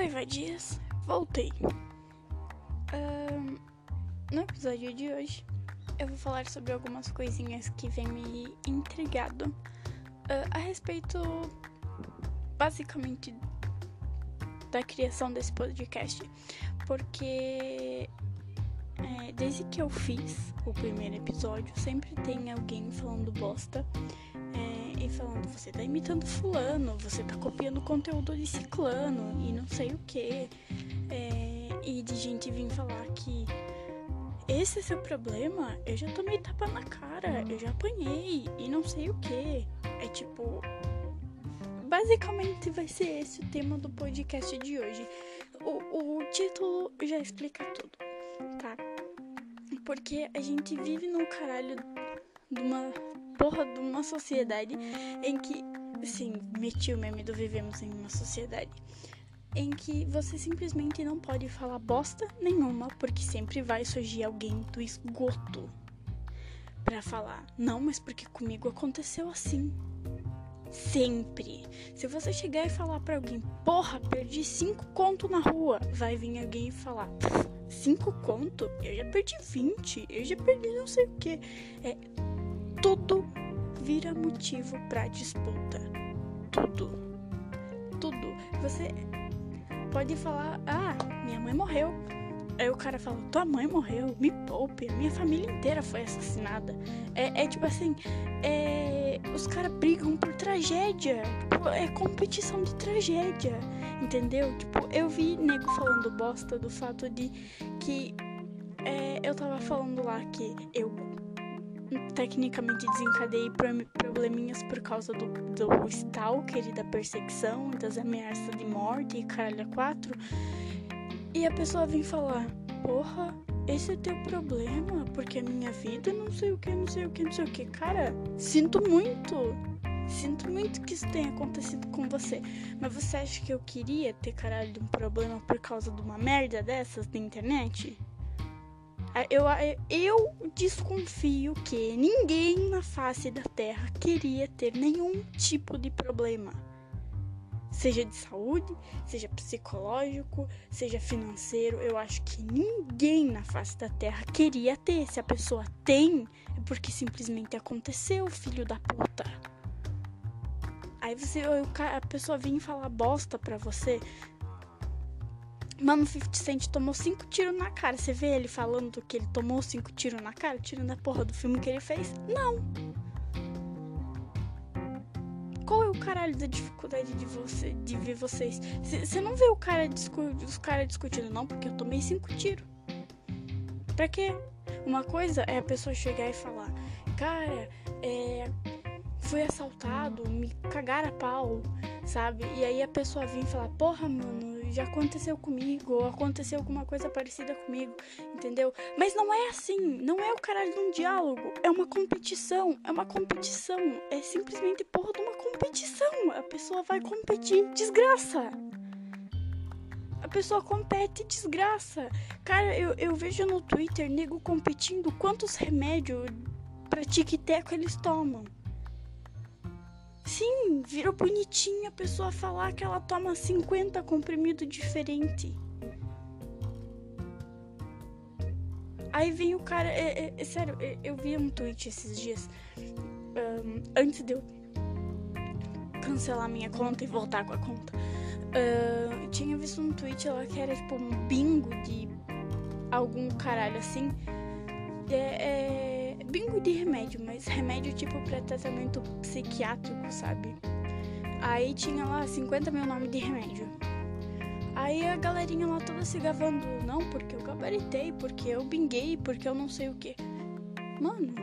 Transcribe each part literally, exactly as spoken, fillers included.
Oi, vadias, voltei. Uh, no episódio de hoje, eu vou falar sobre algumas coisinhas que vem me intrigado uh, a respeito, basicamente, da criação desse podcast. Porque é, desde que eu fiz o primeiro episódio, sempre tem alguém falando bosta. E falando, você tá imitando fulano, você tá copiando o conteúdo de ciclano e não sei o que. É, e de gente vir falar que esse é seu problema, eu já tomei tapa na cara, eu já apanhei e não sei o que. É tipo, basicamente vai ser esse o tema do podcast de hoje. O, o título já explica tudo, tá? Porque a gente vive no caralho de uma porra de uma sociedade em que, sim, meti o meme do vivemos em uma sociedade em que você simplesmente não pode falar bosta nenhuma, porque sempre vai surgir alguém do esgoto pra falar, não, mas porque comigo aconteceu assim. Sempre. Se você chegar e falar pra alguém, porra, perdi cinco conto na rua, vai vir alguém e falar, cinco conto? Eu já perdi vinte, eu já perdi não sei o que. É, tudo vira motivo pra disputa. Tudo. Tudo. Você pode falar, ah, minha mãe morreu. Aí o cara fala, tua mãe morreu, me poupe, a minha família inteira foi assassinada. É, é tipo assim, é, os caras brigam por tragédia. Tipo, é competição de tragédia, entendeu? Tipo, eu vi nego falando bosta do fato de que é, eu tava falando lá que eu tecnicamente desencadeei probleminhas por causa do, do stalker e da perseguição, das ameaças de morte e caralho a quatro. E a pessoa vem falar, porra, esse é teu problema, porque a minha vida não sei o que, não sei o que, não sei o que. Cara, sinto muito, sinto muito que isso tenha acontecido com você. Mas você acha que eu queria ter caralho de um problema por causa de uma merda dessas na internet? Eu, eu desconfio que ninguém na face da Terra queria ter nenhum tipo de problema. Seja de saúde, seja psicológico, seja financeiro. Eu acho que ninguém na face da Terra queria ter. Se a pessoa tem, é porque simplesmente aconteceu, filho da puta. Aí você, a pessoa vem falar bosta pra você. Mano, o fifty Cent tomou cinco tiros na cara. Você vê ele falando que ele tomou cinco tiros na cara? Tirando a porra do filme que ele fez? Não. Qual é o caralho da dificuldade de você, de ver vocês? Você não vê o cara discu- os caras discutindo, não, porque eu tomei cinco tiros. Pra quê? Uma coisa é a pessoa chegar e falar, cara, é, fui assaltado, me cagaram a pau, sabe? E aí a pessoa vem falar, porra, mano, já aconteceu comigo, ou aconteceu alguma coisa parecida comigo, entendeu? Mas não é assim, não é o caralho de um diálogo, é uma competição, é uma competição, é simplesmente porra de uma competição, a pessoa vai competir, desgraça! A pessoa compete, desgraça! Cara, eu, eu vejo no Twitter, nego competindo quantos remédios pra tic-teco eles tomam. Sim, virou bonitinho a pessoa falar que ela toma cinquenta comprimidos diferentes. Aí vem o cara... É, é, é sério, é, eu vi um tweet esses dias. Um, antes de eu cancelar minha conta e voltar com a conta. Uh, eu tinha visto um tweet lá que era tipo um bingo de algum caralho assim. É, é bingo de remédio, mas remédio tipo pra tratamento psiquiátrico, sabe? Aí tinha lá cinquenta mil nomes de remédio. Aí a galerinha lá toda se gavando, não, porque eu gabaritei, porque eu binguei, porque eu não sei o que. Mano,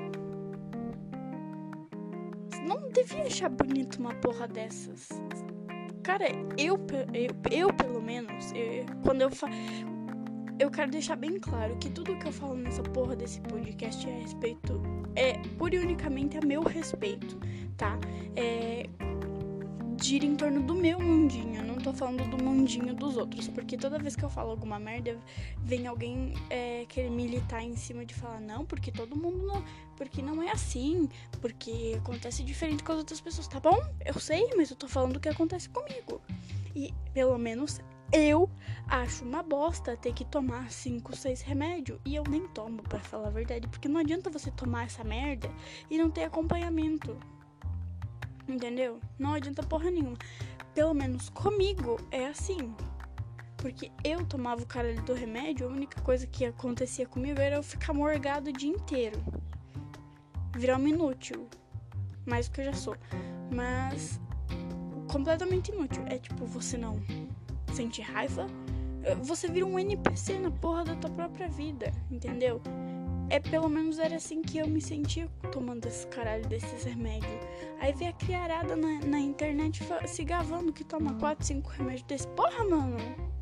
não devia achar bonito uma porra dessas. Cara, eu, eu, eu pelo menos, eu, quando eu falo... Eu quero deixar bem claro que tudo que eu falo nessa porra desse podcast é a respeito... É pura e unicamente a meu respeito, tá? É... Gira em torno do meu mundinho. Eu não tô falando do mundinho dos outros. Porque toda vez que eu falo alguma merda, vem alguém é, querer militar em cima de falar, não, porque todo mundo não... Porque não é assim. Porque acontece diferente com as outras pessoas. Tá bom? Eu sei, mas eu tô falando o que acontece comigo. E, pelo menos... Eu acho uma bosta ter que tomar cinco, seis remédios. E eu nem tomo, pra falar a verdade. Porque não adianta você tomar essa merda e não ter acompanhamento. Entendeu? Não adianta porra nenhuma. Pelo menos comigo é assim. Porque eu tomava o caralho do remédio, a única coisa que acontecia comigo era eu ficar morgado o dia inteiro. Virar um inútil. Mais do que eu já sou. Mas completamente inútil. É tipo, você não sente raiva, você vira um N P C na porra da tua própria vida, entendeu? É, pelo menos era assim que eu me sentia tomando esse caralho desses remédios. Aí vem a criarada na, na internet se gavando que toma quatro, cinco remédios desse. Porra, mano!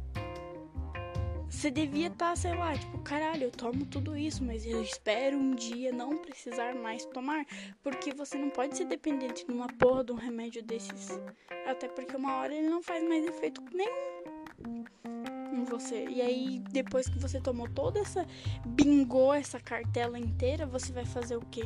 Você devia estar, tá, sei lá, tipo, caralho, eu tomo tudo isso, mas eu espero um dia não precisar mais tomar. Porque você não pode ser dependente de uma porra de um remédio desses. Até porque uma hora ele não faz mais efeito nenhum em você. E aí, depois que você tomou toda essa bingou, essa cartela inteira, você vai fazer o quê?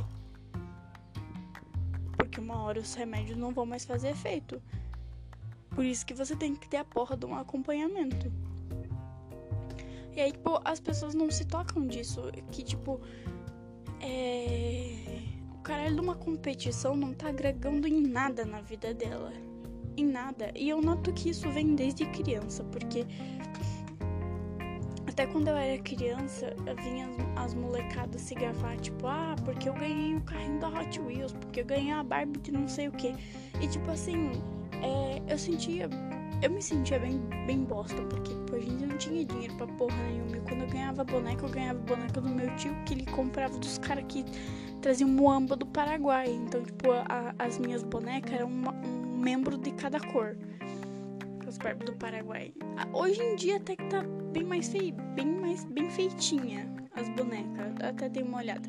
Porque uma hora os remédios não vão mais fazer efeito. Por isso que você tem que ter a porra de um acompanhamento. E aí, tipo, as pessoas não se tocam disso. Que, tipo, é... o caralho de uma competição não tá agregando em nada na vida dela. Em nada. E eu noto que isso vem desde criança. Porque até quando eu era criança, eu vinha as, as molecadas se gavar. Tipo, ah, porque eu ganhei o carrinho da Hot Wheels. Porque eu ganhei a Barbie de não sei o que. E, tipo, assim, é, eu sentia... Eu me sentia bem, bem bosta, porque tipo, a gente não tinha dinheiro pra porra nenhuma. E quando eu ganhava boneca, eu ganhava boneca do meu tio, que ele comprava dos caras que traziam muamba do Paraguai. Então, tipo, a, as minhas bonecas eram uma, um membro de cada cor. As Barbie do Paraguai. Hoje em dia até que tá bem mais feio, bem mais bem feitinha as bonecas. Até dei uma olhada.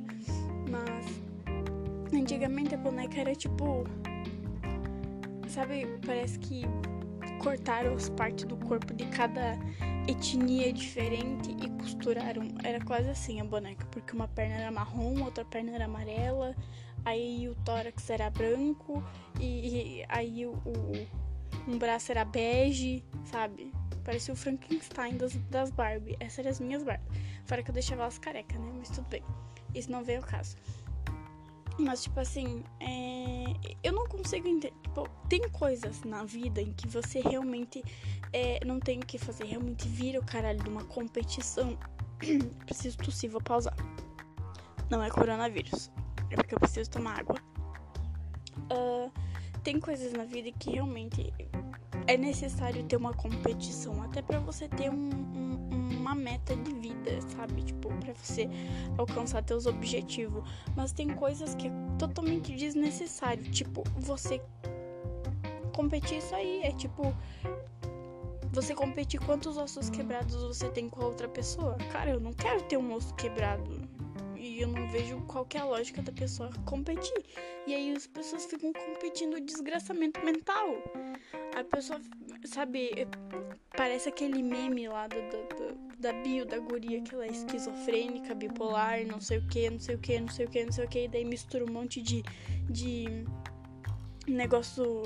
Mas antigamente a boneca era tipo... Sabe, parece que cortaram as partes do corpo de cada etnia diferente e costuraram. Era quase assim a boneca, porque uma perna era marrom, outra perna era amarela, aí o tórax era branco e, e aí o, o um braço era bege, sabe? Parecia o Frankenstein das, das Barbie. Essas eram as minhas Barbie. Fora que eu deixava elas careca, né? Mas tudo bem. Isso não veio ao caso. Mas, tipo assim, é... eu não consigo entender. Tipo, tem coisas na vida em que você realmente é, não tem o que fazer. Realmente vira o caralho de uma competição. Preciso tossir, vou pausar. Não é coronavírus. É porque eu preciso tomar água. Uh, tem coisas na vida que realmente é necessário ter uma competição. Até pra você ter um, um, uma meta de vida, sabe? Tipo, pra você alcançar teus objetivos. Mas tem coisas que é totalmente desnecessário. Tipo, você competir isso aí. É tipo, você competir quantos ossos quebrados você tem com a outra pessoa. Cara, eu não quero ter um osso quebrado. E eu não vejo qual que é a lógica da pessoa competir. E aí as pessoas ficam competindo desgraçamento mental. A pessoa, sabe, parece aquele meme lá do, do, do, da bio, da guria, que ela é esquizofrênica, bipolar, não sei o que, não sei o que, não sei o que, não sei o que. E daí mistura um monte de, de negócio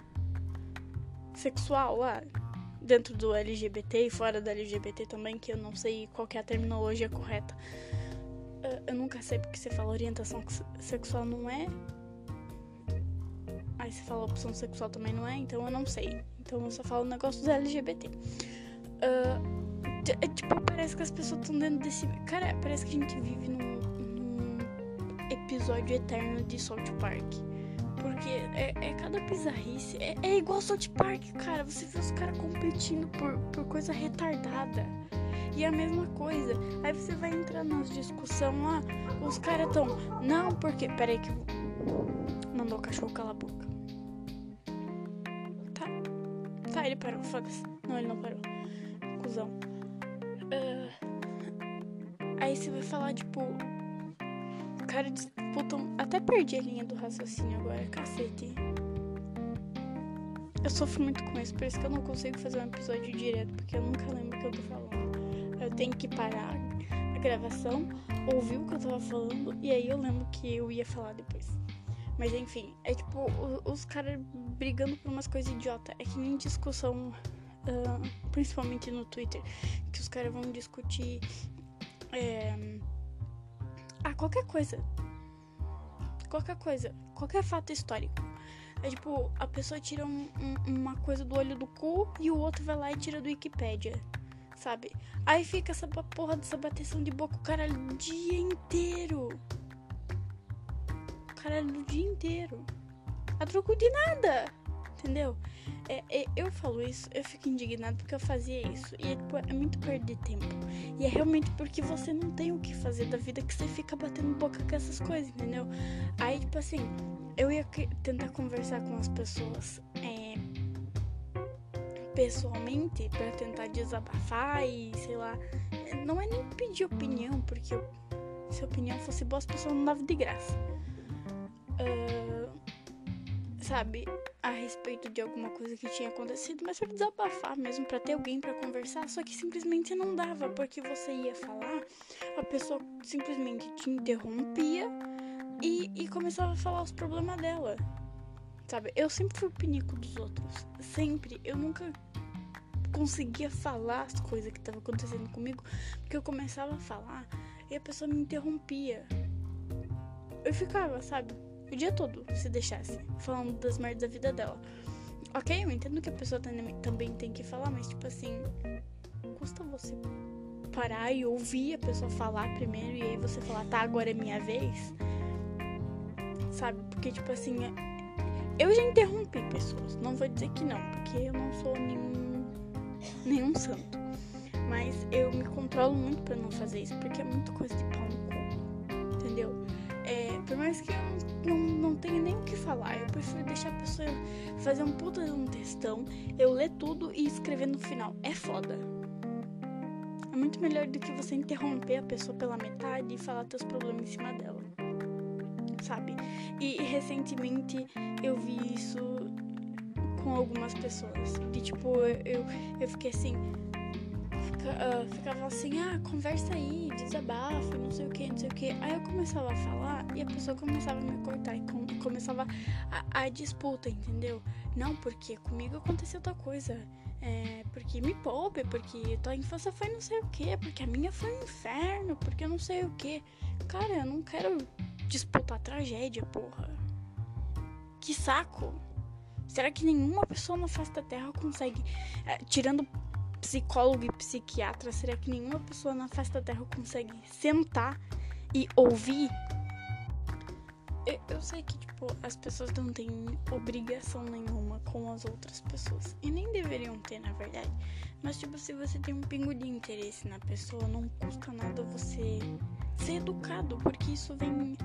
sexual lá. Dentro do L G B T e fora do L G B T também, que eu não sei qual que é a terminologia correta. Eu nunca sei porque você fala orientação sexual não é. Aí você fala opção sexual também não é, então eu não sei. Então eu só falo o negócio dos L G B T. Uh, t- é, tipo, parece que as pessoas estão dentro desse... Cara, parece que a gente vive num, num episódio eterno de South Park. Porque é, é cada bizarrice. É, é igual South Park, cara. Você vê os caras competindo por, por coisa retardada. E é a mesma coisa. Aí você vai entrar nas discussões lá, os caras tão... Não, porque... Peraí que eu... Mandou o cachorro calar a boca. Tá. Tá, ele parou, foda-se. Não, ele não parou. Cusão. Uh... Aí você vai falar, tipo... O cara disputam... Até perdi a linha do raciocínio agora, cacete. Eu sofro muito com isso, por isso que eu não consigo fazer um episódio direto, porque eu nunca lembro o que eu tô falando. Eu tenho que parar a gravação, ouvir o que eu tava falando, e aí eu lembro que eu ia falar depois. Mas enfim, é tipo, os, os caras brigando por umas coisas idiota. É que nem discussão uh, principalmente no Twitter, que os caras vão discutir é, ah, qualquer coisa. Qualquer coisa, qualquer fato histórico. É tipo, a pessoa tira um, um, uma coisa do olho do cu e o outro vai lá e tira do Wikipédia, sabe? Aí fica essa porra dessa bateção de boca o caralho o dia inteiro. O caralho do dia inteiro. A troco de nada, entendeu? É, é, eu falo isso, eu fico indignado porque eu fazia isso. E é, tipo, é muito perda de tempo. E é realmente porque você não tem o que fazer da vida que você fica batendo boca com essas coisas, entendeu? Aí, tipo assim, eu ia que- tentar conversar com as pessoas é, pessoalmente pra tentar desabafar e, sei lá, não é nem pedir opinião, porque eu, se a opinião fosse boa, as pessoas não davam de graça. Uh, sabe, a respeito de alguma coisa que tinha acontecido, mas pra desabafar mesmo, pra ter alguém pra conversar, só que simplesmente não dava, porque você ia falar, a pessoa simplesmente te interrompia e, e começava a falar os problemas dela, sabe? Eu sempre fui o pinico dos outros, sempre, eu nunca conseguia falar as coisas que estavam acontecendo comigo, porque eu começava a falar e a pessoa me interrompia. Eu ficava, sabe, o dia todo, se deixasse, falando das merdas da vida dela. Ok, eu entendo que a pessoa também tem que falar, mas tipo assim, custa você parar e ouvir a pessoa falar primeiro e aí você falar, tá, agora é minha vez, sabe? Porque tipo assim, eu já interrompi pessoas, não vou dizer que não, porque eu não sou nenhum, nenhum santo, mas eu me controlo muito pra não fazer isso, porque é muito coisa de pau no cu, entendeu? É, por mais que eu não, não, não tenha nem o que falar, eu prefiro deixar a pessoa fazer um puta de um textão, eu ler tudo e escrever no final. É foda. É muito melhor do que você interromper a pessoa pela metade e falar teus problemas em cima dela, sabe? E, e recentemente eu vi isso com algumas pessoas. De tipo, eu, eu fiquei assim... Uh, ficava assim, ah, conversa aí, desabafa, não sei o que, não sei o que. Aí eu começava a falar e a pessoa começava a me cortar e com, começava a, a disputa, entendeu? Não, porque comigo aconteceu outra coisa, é, porque me poupe, porque tua infância foi não sei o que, porque a minha foi um inferno, porque eu não sei o que. Cara, eu não quero disputar tragédia, porra. Que saco. Será que nenhuma pessoa na face da Terra consegue, é, tirando psicólogo e psiquiatra, será que nenhuma pessoa na face da Terra consegue sentar e ouvir? Eu, eu sei que, tipo, as pessoas não têm obrigação nenhuma com as outras pessoas. E nem deveriam ter, na verdade. Mas, tipo, se você tem um pingo de interesse na pessoa, não custa nada você ser educado, porque isso vem...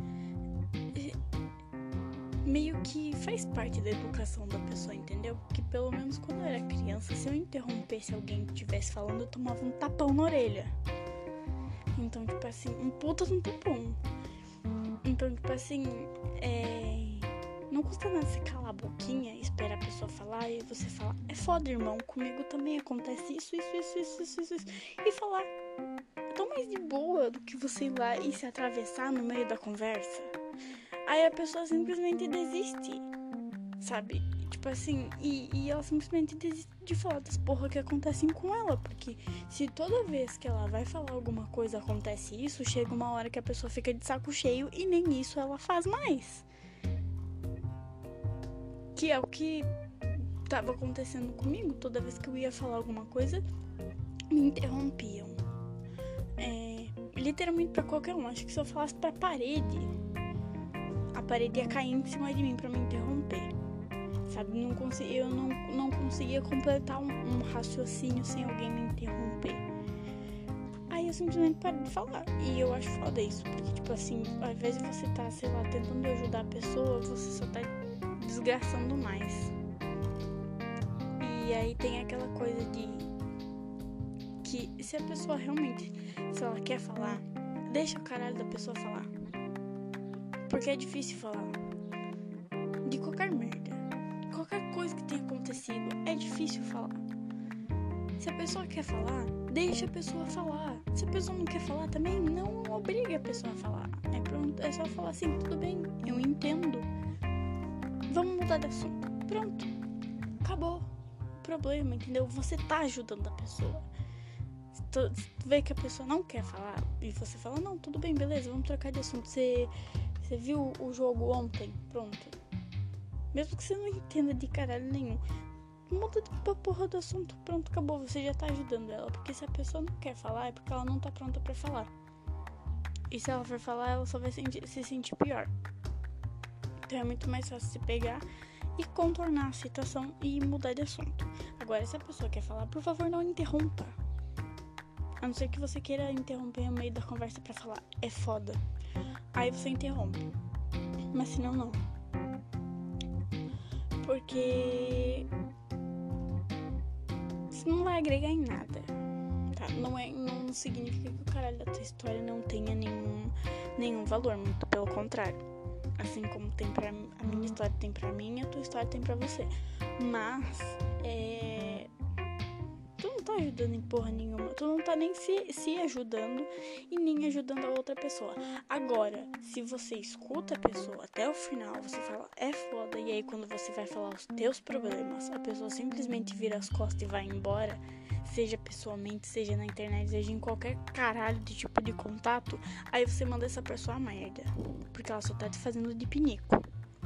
meio que faz parte da educação da pessoa, entendeu? Porque pelo menos quando eu era criança, se eu interrompesse alguém que estivesse falando, eu tomava um tapão na orelha. Então, tipo assim, um puta de um tapão. Então, tipo assim, é... não custa nada você calar a boquinha e esperar a pessoa falar e você falar, é foda, irmão, comigo também acontece isso, isso, isso, isso, isso, isso, isso. E falar, é tão mais de boa do que você ir lá e se atravessar no meio da conversa. Aí a pessoa simplesmente desiste, sabe? Tipo assim, e, e ela simplesmente desiste de falar das porra que acontecem com ela. Porque se toda vez que ela vai falar alguma coisa acontece isso, chega uma hora que a pessoa fica de saco cheio e nem isso ela faz mais. Que é o que tava acontecendo comigo. Toda vez que eu ia falar alguma coisa, me interrompiam. É, literalmente pra qualquer um. Acho que se eu falasse pra parede, a parede ia cair em cima de mim pra me interromper, sabe? Não consegui, eu não, não conseguia completar um, um raciocínio sem alguém me interromper. Aí eu simplesmente parei de falar. E eu acho foda isso, porque, tipo assim, ao invés de você tá, sei lá, tentando ajudar a pessoa, você só tá desgraçando mais. E aí tem aquela coisa de que se a pessoa realmente, se ela quer falar, deixa o caralho da pessoa falar. Porque é difícil falar de qualquer merda, qualquer coisa que tenha acontecido, é difícil falar. Se a pessoa quer falar, deixa a pessoa falar. Se a pessoa não quer falar também, não obriga a pessoa a falar. É, pronto, é só falar assim, tudo bem, eu entendo. Vamos mudar de assunto. Pronto, acabou. problema, entendeu? Você tá ajudando a pessoa. Se tu, se tu vê que a pessoa não quer falar e você fala, não, tudo bem, beleza, vamos trocar de assunto. Você, você viu o jogo ontem? Pronto. Mesmo que você não entenda de caralho nenhum, muda pra porra do assunto, pronto, acabou. Você já tá ajudando ela. Porque se a pessoa não quer falar, é porque ela não tá pronta pra falar. E se ela for falar, ela só vai sentir, se sentir pior. Então é muito mais fácil se pegar e contornar a situação e mudar de assunto. Agora, se a pessoa quer falar, por favor, não interrompa. A não ser que você queira interromper no meio da conversa pra falar, é foda. Aí você interrompe. Mas se não, não. Porque isso não vai agregar em nada. Tá? Não, é, não significa que o caralho da tua história não tenha nenhum, nenhum valor. Muito pelo contrário. Assim como tem pra, a minha história tem pra mim, a tua história tem pra você. Mas, é... tu não tá ajudando em porra nenhuma. Tu não tá nem se, se ajudando e nem ajudando a outra pessoa. Agora, se você escuta a pessoa até o final, você fala, é foda. E aí, quando você vai falar os teus problemas, a pessoa simplesmente vira as costas e vai embora. Seja pessoalmente, seja na internet, seja em qualquer caralho de tipo de contato. Aí você manda essa pessoa a merda. Porque ela só tá te fazendo de pinico.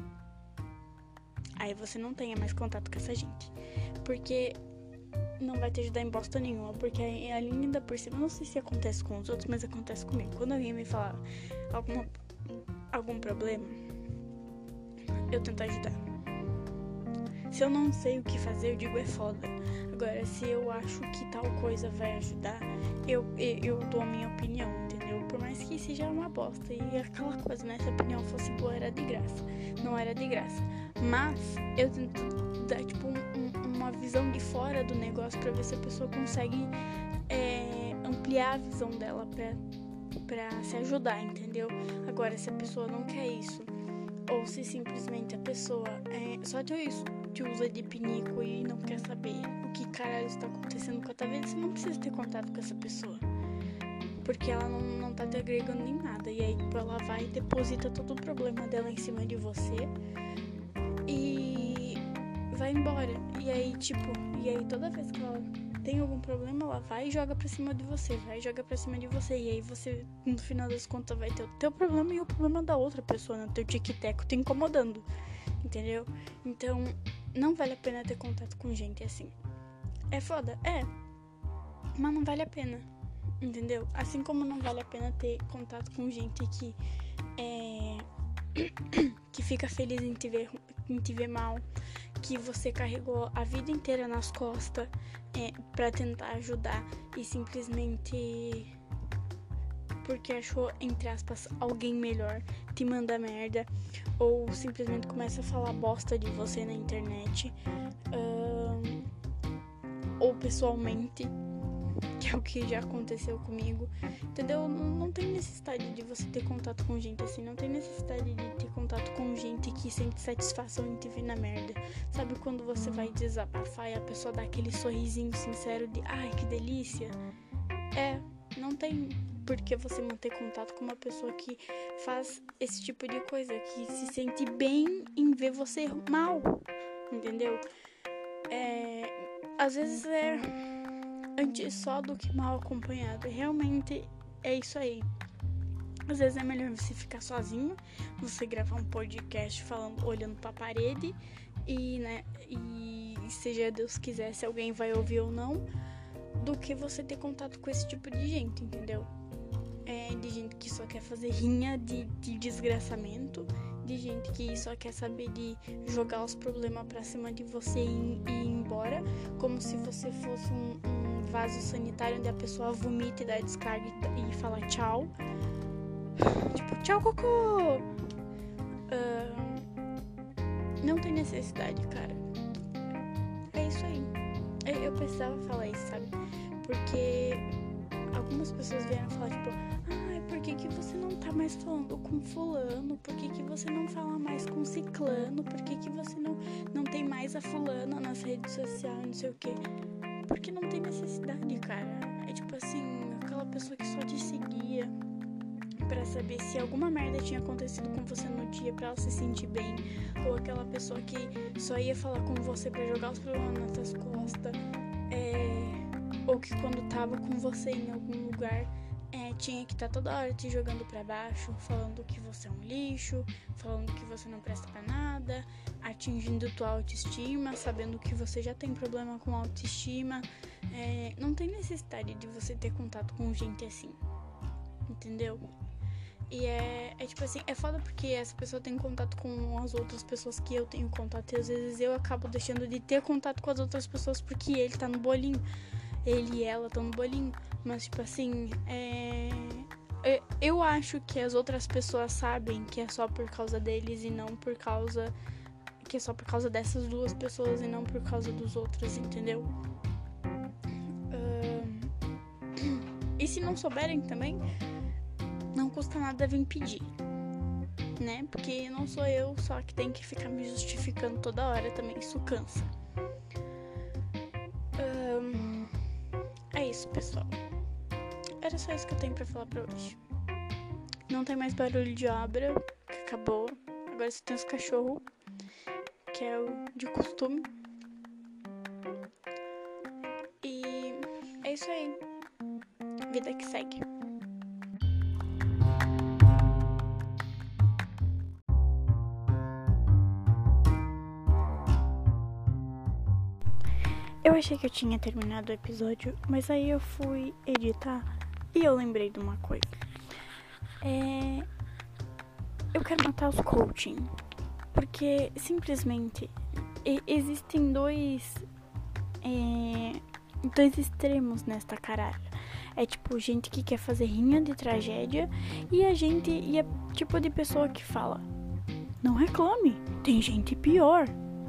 Aí você não tenha mais contato com essa gente. Porque não vai te ajudar em bosta nenhuma. Porque a linha ainda por cima, não sei se acontece com os outros, mas acontece comigo. Quando alguém me fala alguma, algum problema, eu tento ajudar. Se eu não sei o que fazer, eu digo é foda. Agora, se eu acho que tal coisa vai ajudar, eu, eu, eu dou a minha opinião, entendeu? Por mais que seja uma bosta. E aquela coisa, né? Se a opinião fosse boa, era de graça. Não era de graça. Mas eu tento dar, tipo, um, um, uma visão de fora do negócio pra ver se a pessoa consegue é, ampliar a visão dela pra, pra se ajudar, entendeu? Agora, se a pessoa não quer isso, ou se simplesmente a pessoa é, só te, te usa de pinico e não quer saber o que caralho está acontecendo com a tua vida, você não precisa ter contato com essa pessoa. Porque ela não, não tá te agregando em nada. E aí tipo, ela vai e deposita todo o problema dela em cima de você e vai embora. E aí, tipo, e aí toda vez que ela tem algum problema, ela vai e joga pra cima de você, vai e joga pra cima de você. E aí você, no final das contas, vai ter o teu problema e o problema da outra pessoa, né? O teu tic-teco te incomodando, entendeu? Então, não vale a pena ter contato com gente assim. É foda? É. Mas não vale a pena, entendeu? Assim como não vale a pena ter contato com gente que é... que fica feliz em te ver, em te ver mal, que você carregou a vida inteira nas costas é, pra tentar ajudar e simplesmente porque achou, entre aspas, alguém melhor te manda merda ou simplesmente começa a falar bosta de você na internet um, ou pessoalmente, que é o que já aconteceu comigo, entendeu? Não, não tem necessidade de você ter contato com gente assim, não tem necessidade de ter contato com gente que sente satisfação em te ver na merda. Sabe quando você vai desabafar e a pessoa dá aquele sorrisinho sincero de ai, que delícia? É, não tem por que você manter contato com uma pessoa que faz esse tipo de coisa, que se sente bem em ver você mal, entendeu? É, às vezes é antes só do que mal acompanhado. Realmente é isso aí. Às vezes é melhor você ficar sozinho, você gravar um podcast falando, olhando pra parede e, né, e seja Deus quiser se alguém vai ouvir ou não, do que você ter contato com esse tipo de gente, entendeu? É, de gente que só quer fazer rinha de, de desgraçamento, de gente que só quer saber de jogar os problemas pra cima de você e, e ir embora, como se você fosse um, um vaso sanitário onde a pessoa vomita e dá descarga e, e fala tchau. Tipo, tchau, cocô! Uh, não tem necessidade, cara. É isso aí. Eu precisava falar isso, sabe? Porque algumas pessoas vieram falar, tipo, ai, por que que você não tá mais falando com fulano? Por que que você não fala mais com ciclano? Por que que você não, não tem mais a fulana nas redes sociais, não sei o quê? Porque não tem necessidade, cara. É tipo assim, aquela pessoa que só te seguia, pra saber se alguma merda tinha acontecido com você no dia, pra ela se sentir bem, ou aquela pessoa que só ia falar com você pra jogar os problemas nas suas costas, é, ou que quando tava com você em algum lugar é, tinha que estar tá toda hora te jogando pra baixo, falando que você é um lixo, falando que você não presta pra nada, atingindo tua autoestima, sabendo que você já tem problema com autoestima. É, não tem necessidade de você ter contato com gente assim, entendeu? E é, é tipo assim, é foda porque essa pessoa tem contato com as outras pessoas que eu tenho contato, e às vezes eu acabo deixando de ter contato com as outras pessoas porque ele tá no bolinho, ele e ela estão no bolinho. Mas tipo assim, é... eu acho que as outras pessoas sabem que é só por causa deles e não por causa, que é só por causa dessas duas pessoas e não por causa dos outros, entendeu? E se não souberem também, não custa nada vir pedir, né? Porque não sou eu só que tem que ficar me justificando toda hora também, isso cansa. Um, é isso, pessoal. Era só isso que eu tenho pra falar pra hoje. Não tem mais barulho de obra, que acabou. Agora só tem os cachorros, que é o de costume. E é isso aí. Vida que segue. Eu achei que eu tinha terminado o episódio, mas aí eu fui editar e eu lembrei de uma coisa. É... Eu quero matar os coaching, porque simplesmente existem dois, é... dois extremos nesta caralho. É tipo gente que quer fazer rinha de tragédia e a gente e é tipo de pessoa que fala: não reclame, tem gente pior.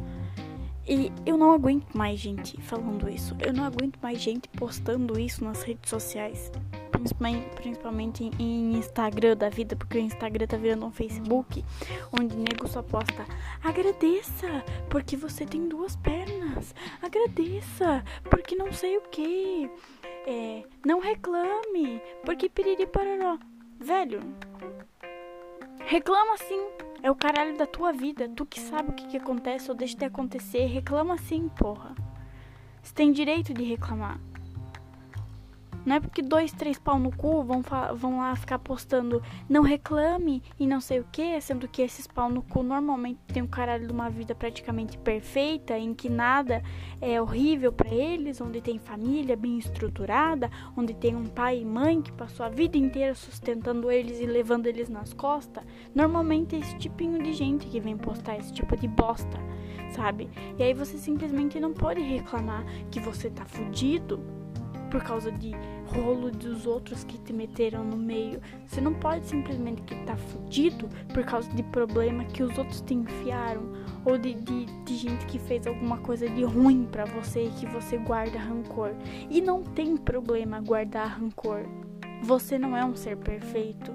E eu não aguento mais gente falando isso. Eu não aguento mais gente postando isso nas redes sociais. Principalmente em Instagram da vida, porque o Instagram tá virando um Facebook, onde o nego só posta: agradeça, porque você tem duas pernas. Agradeça, porque não sei o que. É, não reclame, porque piriri pararó. Velho, reclama sim. É o caralho da tua vida. Tu que sabe o que, que acontece ou deixa de acontecer. Reclama sim, porra. Você tem direito de reclamar. Não é porque dois, três pau no cu vão, fa- vão lá ficar postando não reclame e não sei o que, sendo que esses pau no cu normalmente tem um caralho de uma vida praticamente perfeita, em que nada é horrível pra eles, onde tem família bem estruturada, onde tem um pai e mãe que passou a vida inteira sustentando eles e levando eles nas costas. Normalmente é esse tipinho de gente que vem postar esse tipo de bosta, sabe? E aí você simplesmente não pode reclamar que você tá fudido por causa de rolo dos outros que te meteram no meio. Você não pode simplesmente que tá fudido por causa de problema que os outros te enfiaram, ou de, de, de gente que fez alguma coisa de ruim pra você e que você guarda rancor. E não tem problema guardar rancor. Você não é um ser perfeito.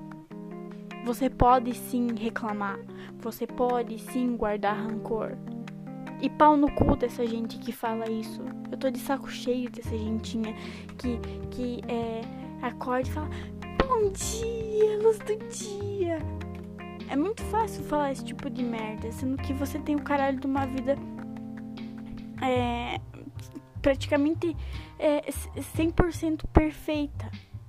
Você pode sim reclamar. Você pode sim guardar rancor. E pau no cu dessa gente que fala isso. Eu tô de saco cheio dessa gentinha que, que é, acorda e fala: bom dia, luz do dia. É muito fácil falar esse tipo de merda, sendo que você tem o caralho de uma vida é, praticamente é, cem por cento perfeita,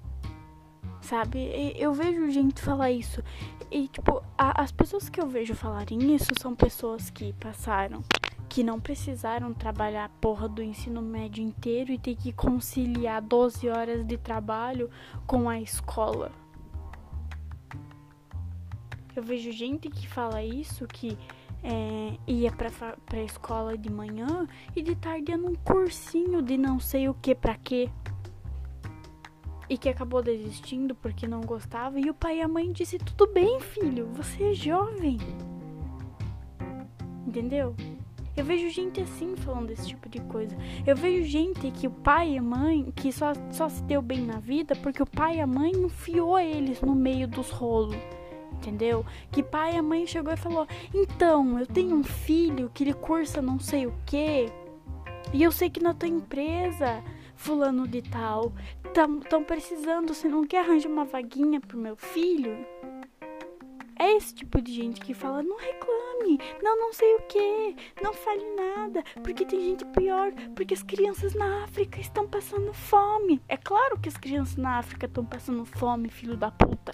sabe? Eu vejo gente falar isso. E tipo, a, as pessoas que eu vejo falarem isso são pessoas que passaram, que não precisaram trabalhar a porra do ensino médio inteiro e ter que conciliar doze horas de trabalho com a escola. Eu vejo gente que fala isso, que é, ia pra, pra escola de manhã e de tarde ia num cursinho de não sei o que pra quê. E que acabou desistindo porque não gostava. E o pai e a mãe disse: tudo bem, filho, você é jovem. Entendeu? Eu vejo gente assim falando desse tipo de coisa. Eu vejo gente que o pai e a mãe, que só, só se deu bem na vida porque o pai e a mãe enfiou eles no meio dos rolos. Entendeu? Que pai e a mãe chegou e falou: então, eu tenho um filho que ele cursa não sei o que, e eu sei que na tua empresa fulano de tal, estão precisando, você não quer arranjar uma vaguinha pro meu filho? É esse tipo de gente que fala, não reclame, não não sei o que, não fale nada, porque tem gente pior, porque as crianças na África estão passando fome. É claro que as crianças na África estão passando fome, filho da puta.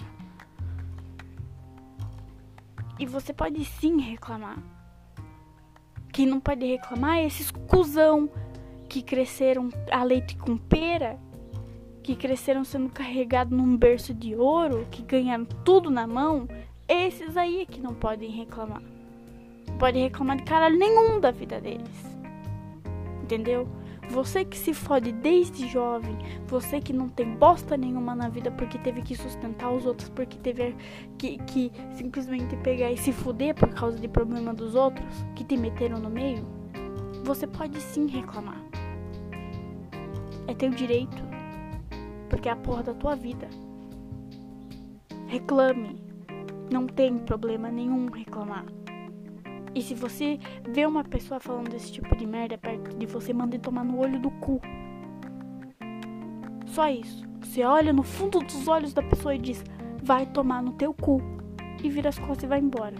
E você pode sim reclamar. Quem não pode reclamar é esses cuzão que cresceram a leite com pera, que cresceram sendo carregados num berço de ouro, que ganharam tudo na mão. Esses aí é que não podem reclamar. Não podem reclamar de caralho nenhum da vida deles. Entendeu? Você que se fode desde jovem, você que não tem bosta nenhuma na vida porque teve que sustentar os outros, porque teve que, que simplesmente pegar e se fuder por causa de problema dos outros, que te meteram no meio, você pode sim reclamar. É teu direito, porque é a porra da tua vida. Reclame. Não tem problema nenhum reclamar. E se você vê uma pessoa falando desse tipo de merda perto de você, manda tomar no olho do cu. Só isso. Você olha no fundo dos olhos da pessoa e diz, vai tomar no teu cu. E vira as costas e vai embora.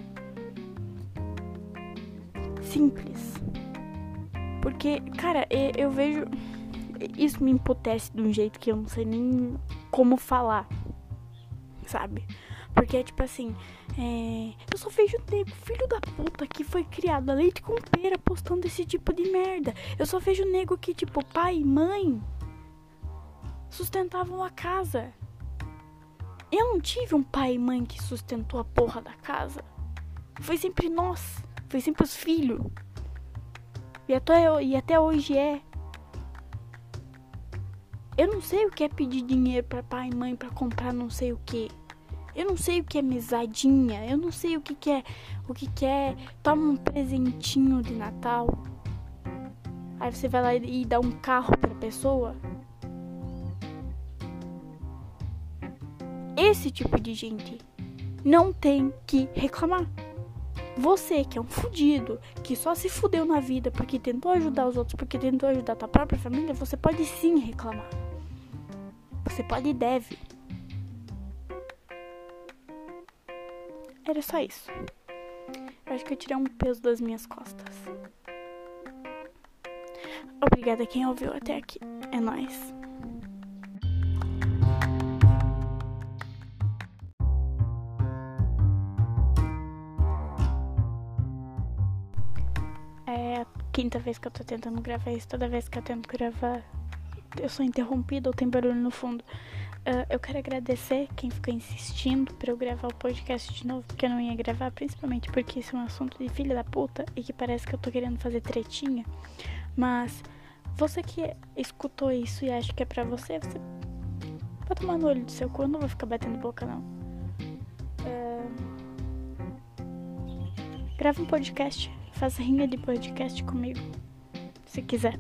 Simples. Porque, cara, eu vejo... Isso me emputece de um jeito que eu não sei nem como falar. Sabe? Porque é tipo assim, é... eu só vejo nego, filho da puta, que foi criado a leite com pera postando esse tipo de merda. Eu só vejo nego que, tipo, pai e mãe sustentavam a casa. Eu não tive um pai e mãe que sustentou a porra da casa. Foi sempre nós, foi sempre os filhos. E até, e até hoje é. Eu não sei o que é pedir dinheiro pra pai e mãe pra comprar não sei o que. Eu não sei o que é mesadinha. Eu não sei o que, que é. O que, que é. Toma um presentinho de Natal. Aí você vai lá e dá um carro pra pessoa. Esse tipo de gente não tem que reclamar. Você que é um fudido, que só se fudeu na vida porque tentou ajudar os outros, porque tentou ajudar a tua própria família, você pode sim reclamar. Você pode e deve. Era só isso. Eu acho que eu tirei um peso das minhas costas. Obrigada a quem ouviu até aqui. É nóis. É a quinta vez que eu tô tentando gravar isso. Toda vez que eu tento gravar, eu sou interrompida ou tem barulho no fundo. Uh, eu quero agradecer quem ficou insistindo pra eu gravar o podcast de novo, porque eu não ia gravar, principalmente porque isso é um assunto de filha da puta e que parece que eu tô querendo fazer tretinha. Mas você que escutou isso e acha que é pra você, você vai tomar no olho do seu cu. Eu não vou ficar batendo boca, não. Uh, grava um podcast, faz rinha de podcast comigo, se quiser.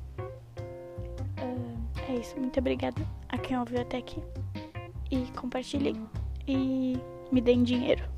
Uh, é isso, muito obrigada a quem ouviu até aqui. E compartilhem e me deem dinheiro.